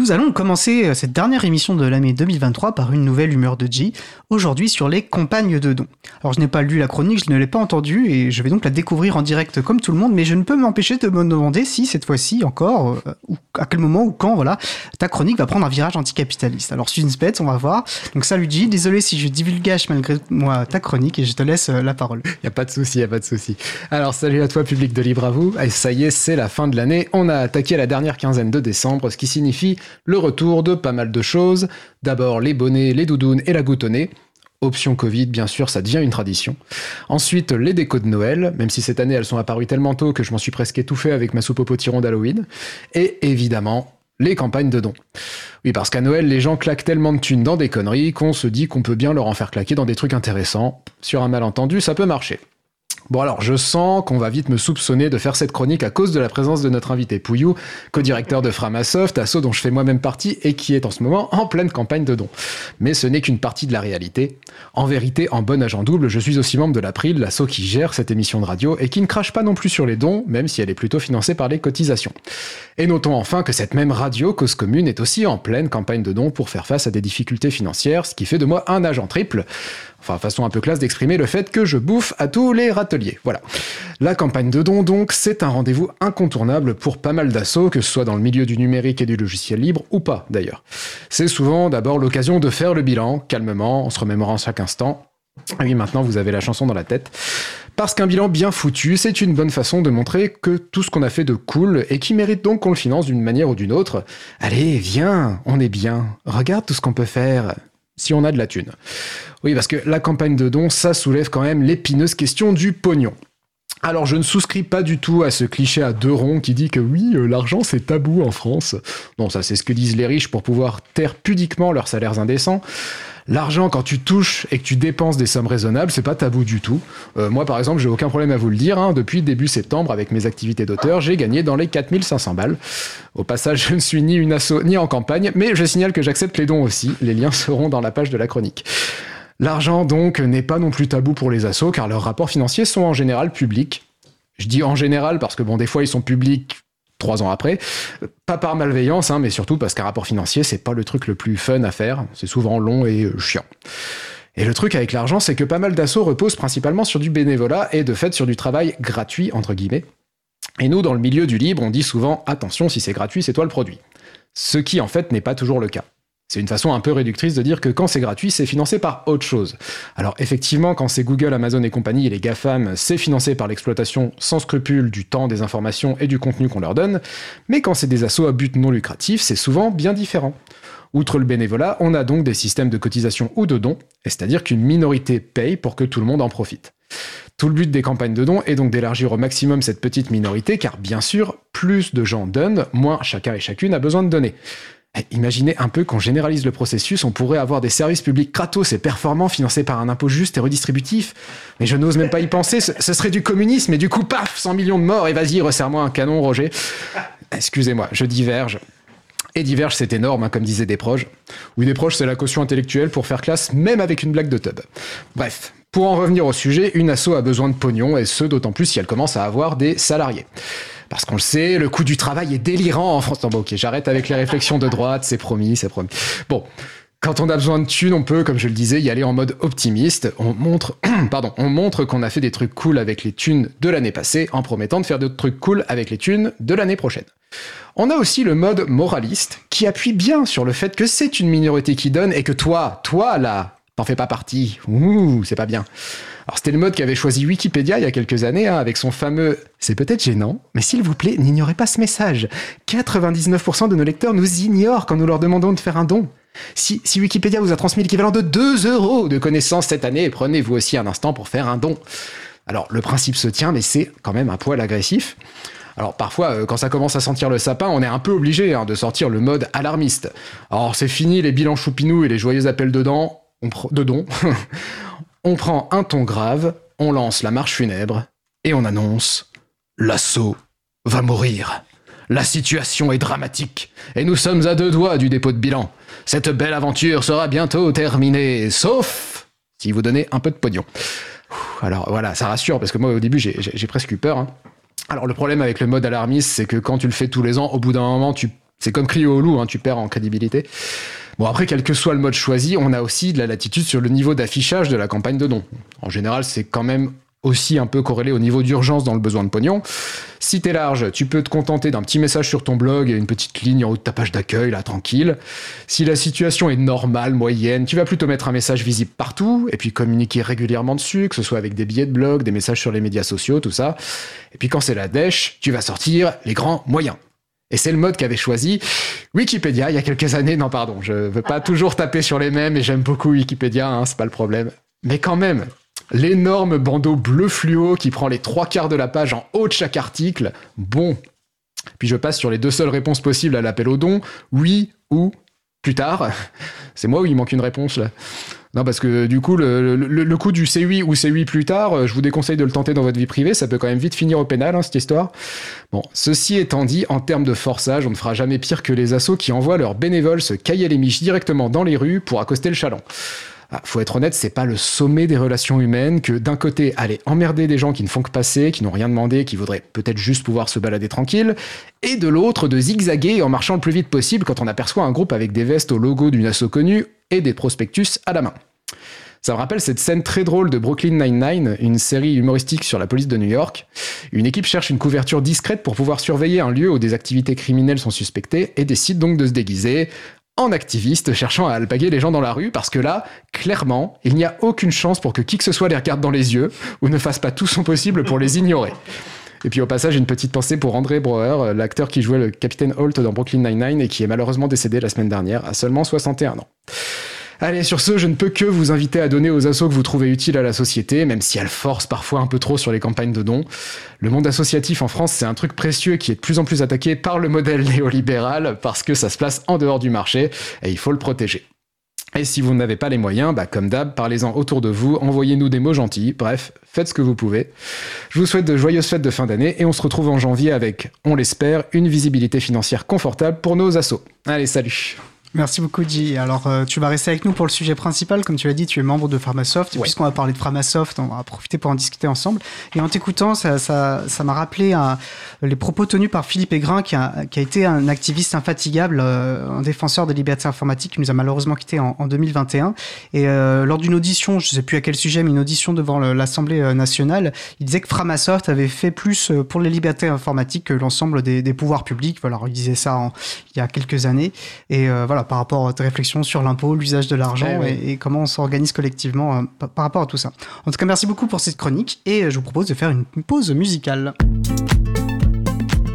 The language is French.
Nous allons commencer cette dernière émission de l'année 2023 par une nouvelle humeur de G, aujourd'hui sur les compagnes de dons. Alors je n'ai pas lu la chronique, je ne l'ai pas entendue et je vais donc la découvrir en direct comme tout le monde, mais je ne peux m'empêcher de me demander si cette fois-ci encore, ou à quel moment ou quand, voilà, ta chronique va prendre un virage anticapitaliste. Alors suspense, on va voir. Donc salut G, désolé si je divulgage malgré moi ta chronique et je te laisse la parole. Y a pas de souci. Alors salut à toi public de Libre à vous, et ça y est, c'est la fin de l'année, on a attaqué la dernière quinzaine de décembre, ce qui signifie le retour de pas mal de choses. D'abord les bonnets, les doudounes et la goutte au nez. Option Covid, bien sûr, ça devient une tradition. Ensuite, les décos de Noël, même si cette année elles sont apparues tellement tôt que je m'en suis presque étouffé avec ma soupe au potiron d'Halloween. Et évidemment, les campagnes de dons. Oui, parce qu'à Noël, les gens claquent tellement de thunes dans des conneries qu'on se dit qu'on peut bien leur en faire claquer dans des trucs intéressants. Sur un malentendu, ça peut marcher. Bon alors, je sens qu'on va vite me soupçonner de faire cette chronique à cause de la présence de notre invité Pouillou, co-directeur de Framasoft, asso dont je fais moi-même partie et qui est en ce moment en pleine campagne de dons. Mais ce n'est qu'une partie de la réalité. En vérité, en bon agent double, je suis aussi membre de l'April, l'asso qui gère cette émission de radio et qui ne crache pas non plus sur les dons, même si elle est plutôt financée par les cotisations. Et notons enfin que cette même radio, Cause Commune, est aussi en pleine campagne de dons pour faire face à des difficultés financières, ce qui fait de moi un agent triple. Enfin, façon un peu classe d'exprimer le fait que je bouffe à tous les râteliers. Voilà. La campagne de dons, donc, c'est un rendez-vous incontournable pour pas mal d'assos, que ce soit dans le milieu du numérique et du logiciel libre, ou pas, d'ailleurs. C'est souvent d'abord l'occasion de faire le bilan, calmement, en se remémorant chaque instant. Ah oui, maintenant, vous avez la chanson dans la tête. Parce qu'un bilan bien foutu, c'est une bonne façon de montrer que tout ce qu'on a fait de cool et qui mérite donc qu'on le finance d'une manière ou d'une autre. Allez, viens, on est bien. Regarde tout ce qu'on peut faire. Si on a de la thune. Oui, parce que la campagne de dons, ça soulève quand même l'épineuse question du pognon. Alors, je ne souscris pas du tout à ce cliché à deux ronds qui dit que oui, l'argent c'est tabou en France. Non, ça c'est ce que disent les riches pour pouvoir taire pudiquement leurs salaires indécents. L'argent, quand tu touches et que tu dépenses des sommes raisonnables, c'est pas tabou du tout. Moi, par exemple, j'ai aucun problème à vous le dire. Depuis début septembre, avec mes activités d'auteur, j'ai gagné dans les 4500 balles. Au passage, je ne suis ni une asso ni en campagne, mais je signale que j'accepte les dons aussi. Les liens seront dans la page de la chronique. L'argent, donc, n'est pas non plus tabou pour les assos, car leurs rapports financiers sont en général publics. Je dis en général parce que, bon, des fois, ils sont publics 3 ans après, pas par malveillance, mais surtout parce qu'un rapport financier, c'est pas le truc le plus fun à faire, c'est souvent long et chiant. Et le truc avec l'argent, c'est que pas mal d'assos reposent principalement sur du bénévolat et de fait sur du travail gratuit, entre guillemets. Et nous, dans le milieu du libre, on dit souvent « attention, si c'est gratuit, c'est toi le produit ». Ce qui, en fait, n'est pas toujours le cas. C'est une façon un peu réductrice de dire que quand c'est gratuit, c'est financé par autre chose. Alors effectivement, quand c'est Google, Amazon et compagnie et les GAFAM, c'est financé par l'exploitation sans scrupule du temps, des informations et du contenu qu'on leur donne, mais quand c'est des assos à but non lucratif, c'est souvent bien différent. Outre le bénévolat, on a donc des systèmes de cotisation ou de dons, c'est-à-dire qu'une minorité paye pour que tout le monde en profite. Tout le but des campagnes de dons est donc d'élargir au maximum cette petite minorité, car bien sûr, plus de gens donnent, moins chacun et chacune a besoin de donner. Imaginez un peu qu'on généralise le processus, on pourrait avoir des services publics kratos et performants financés par un impôt juste et redistributif. Mais je n'ose même pas y penser, ce serait du communisme et du coup, paf, 100 millions de morts et vas-y, resserre-moi un canon, Roger. Excusez-moi, je diverge. Et diverge, c'est énorme, comme disaient des proches. Oui, des proches, c'est la caution intellectuelle pour faire classe, même avec une blague de tub. Bref, pour en revenir au sujet, une asso a besoin de pognon, et ce, d'autant plus si elle commence à avoir des salariés. Parce qu'on le sait, le coût du travail est délirant en France. Non, bon, ok, j'arrête avec les réflexions de droite, c'est promis, c'est promis. Bon, quand on a besoin de thunes, on peut, comme je le disais, y aller en mode optimiste. On montre qu'on a fait des trucs cool avec les thunes de l'année passée, en promettant de faire d'autres trucs cool avec les thunes de l'année prochaine. On a aussi le mode moraliste, qui appuie bien sur le fait que c'est une minorité qui donne, et que toi là, t'en fais pas partie. Ouh, c'est pas bien. Alors c'était le mode qu'avait choisi Wikipédia il y a quelques années, avec son fameux « C'est peut-être gênant, mais s'il vous plaît, n'ignorez pas ce message. 99% de nos lecteurs nous ignorent quand nous leur demandons de faire un don. Si Wikipédia vous a transmis l'équivalent de 2 € de connaissances cette année, prenez-vous aussi un instant pour faire un don. » Alors le principe se tient, mais c'est quand même un poil agressif. Alors parfois, quand ça commence à sentir le sapin, on est un peu obligé de sortir le mode alarmiste. Alors c'est fini les bilans choupinous et les joyeux appels de dons. On prend un ton grave, on lance la marche funèbre, et on annonce « L'assaut va mourir. La situation est dramatique, et nous sommes à 2 doigts du dépôt de bilan. Cette belle aventure sera bientôt terminée, sauf si vous donnez un peu de pognon. » Alors voilà, ça rassure, parce que moi au début j'ai presque eu peur. Alors le problème avec le mode alarmiste, c'est que quand tu le fais tous les ans, au bout d'un moment, C'est comme crier au loup, hein, tu perds en crédibilité. Bon, après, quel que soit le mode choisi, on a aussi de la latitude sur le niveau d'affichage de la campagne de dons. En général, c'est quand même aussi un peu corrélé au niveau d'urgence dans le besoin de pognon. Si t'es large, tu peux te contenter d'un petit message sur ton blog et une petite ligne en haut de ta page d'accueil, là, tranquille. Si la situation est normale, moyenne, tu vas plutôt mettre un message visible partout, et puis communiquer régulièrement dessus, que ce soit avec des billets de blog, des messages sur les médias sociaux, tout ça. Et puis quand c'est la dèche, tu vas sortir les grands moyens. Et c'est le mode qu'avait choisi Wikipédia il y a quelques années. Non, pardon, je veux pas toujours taper sur les mêmes, et j'aime beaucoup Wikipédia, hein, c'est pas le problème. Mais quand même, l'énorme bandeau bleu fluo qui prend les 3/4 de la page en haut de chaque article, bon. Puis je passe sur les 2 seules réponses possibles à l'appel aux dons, oui ou plus tard. C'est moi où il manque une réponse, là. Non, parce que du coup, le coup du c'est oui ou c'est oui plus tard, je vous déconseille de le tenter dans votre vie privée, ça peut quand même vite finir au pénal, hein, cette histoire. Bon, ceci étant dit, en termes de forçage, on ne fera jamais pire que les assos qui envoient leurs bénévoles se cailler les miches directement dans les rues pour accoster le chaland. Faut être honnête, c'est pas le sommet des relations humaines que d'un côté aller emmerder des gens qui ne font que passer, qui n'ont rien demandé, qui voudraient peut-être juste pouvoir se balader tranquille, et de l'autre de zigzaguer en marchant le plus vite possible quand on aperçoit un groupe avec des vestes au logo d'une asso connue et des prospectus à la main. Ça me rappelle cette scène très drôle de Brooklyn Nine-Nine, une série humoristique sur la police de New York. Une équipe cherche une couverture discrète pour pouvoir surveiller un lieu où des activités criminelles sont suspectées et décide donc de se déguiser en activiste cherchant à alpaguer les gens dans la rue, parce que là, clairement, il n'y a aucune chance pour que qui que ce soit les regarde dans les yeux ou ne fasse pas tout son possible pour les ignorer. Et puis au passage, une petite pensée pour André Brouwer, l'acteur qui jouait le capitaine Holt dans Brooklyn Nine-Nine et qui est malheureusement décédé la semaine dernière à seulement 61 ans. Allez, sur ce, je ne peux que vous inviter à donner aux assos que vous trouvez utiles à la société, même si elles forcent parfois un peu trop sur les campagnes de dons. Le monde associatif en France, c'est un truc précieux qui est de plus en plus attaqué par le modèle néolibéral parce que ça se place en dehors du marché et il faut le protéger. Et si vous n'avez pas les moyens, comme d'hab, parlez-en autour de vous, envoyez-nous des mots gentils, bref, faites ce que vous pouvez. Je vous souhaite de joyeuses fêtes de fin d'année et on se retrouve en janvier avec, on l'espère, une visibilité financière confortable pour nos assos. Allez, salut! Merci beaucoup, Guy. Alors, tu vas rester avec nous pour le sujet principal. Comme tu l'as dit, tu es membre de Framasoft. Et puisqu'on va parler de Framasoft, on va profiter pour en discuter ensemble. Et en t'écoutant, ça m'a rappelé les propos tenus par Philippe Aigrin, qui a été un activiste infatigable, un défenseur des libertés informatiques, qui nous a malheureusement quittés en 2021. Et lors d'une audition, je ne sais plus à quel sujet, mais une audition devant l'Assemblée nationale, il disait que Framasoft avait fait plus pour les libertés informatiques que l'ensemble des pouvoirs publics. Voilà, il disait ça il y a quelques années. Et voilà, par rapport à tes réflexions sur l'impôt, l'usage de l'argent et comment on s'organise collectivement par rapport à tout ça. En tout cas, merci beaucoup pour cette chronique et je vous propose de faire une pause musicale.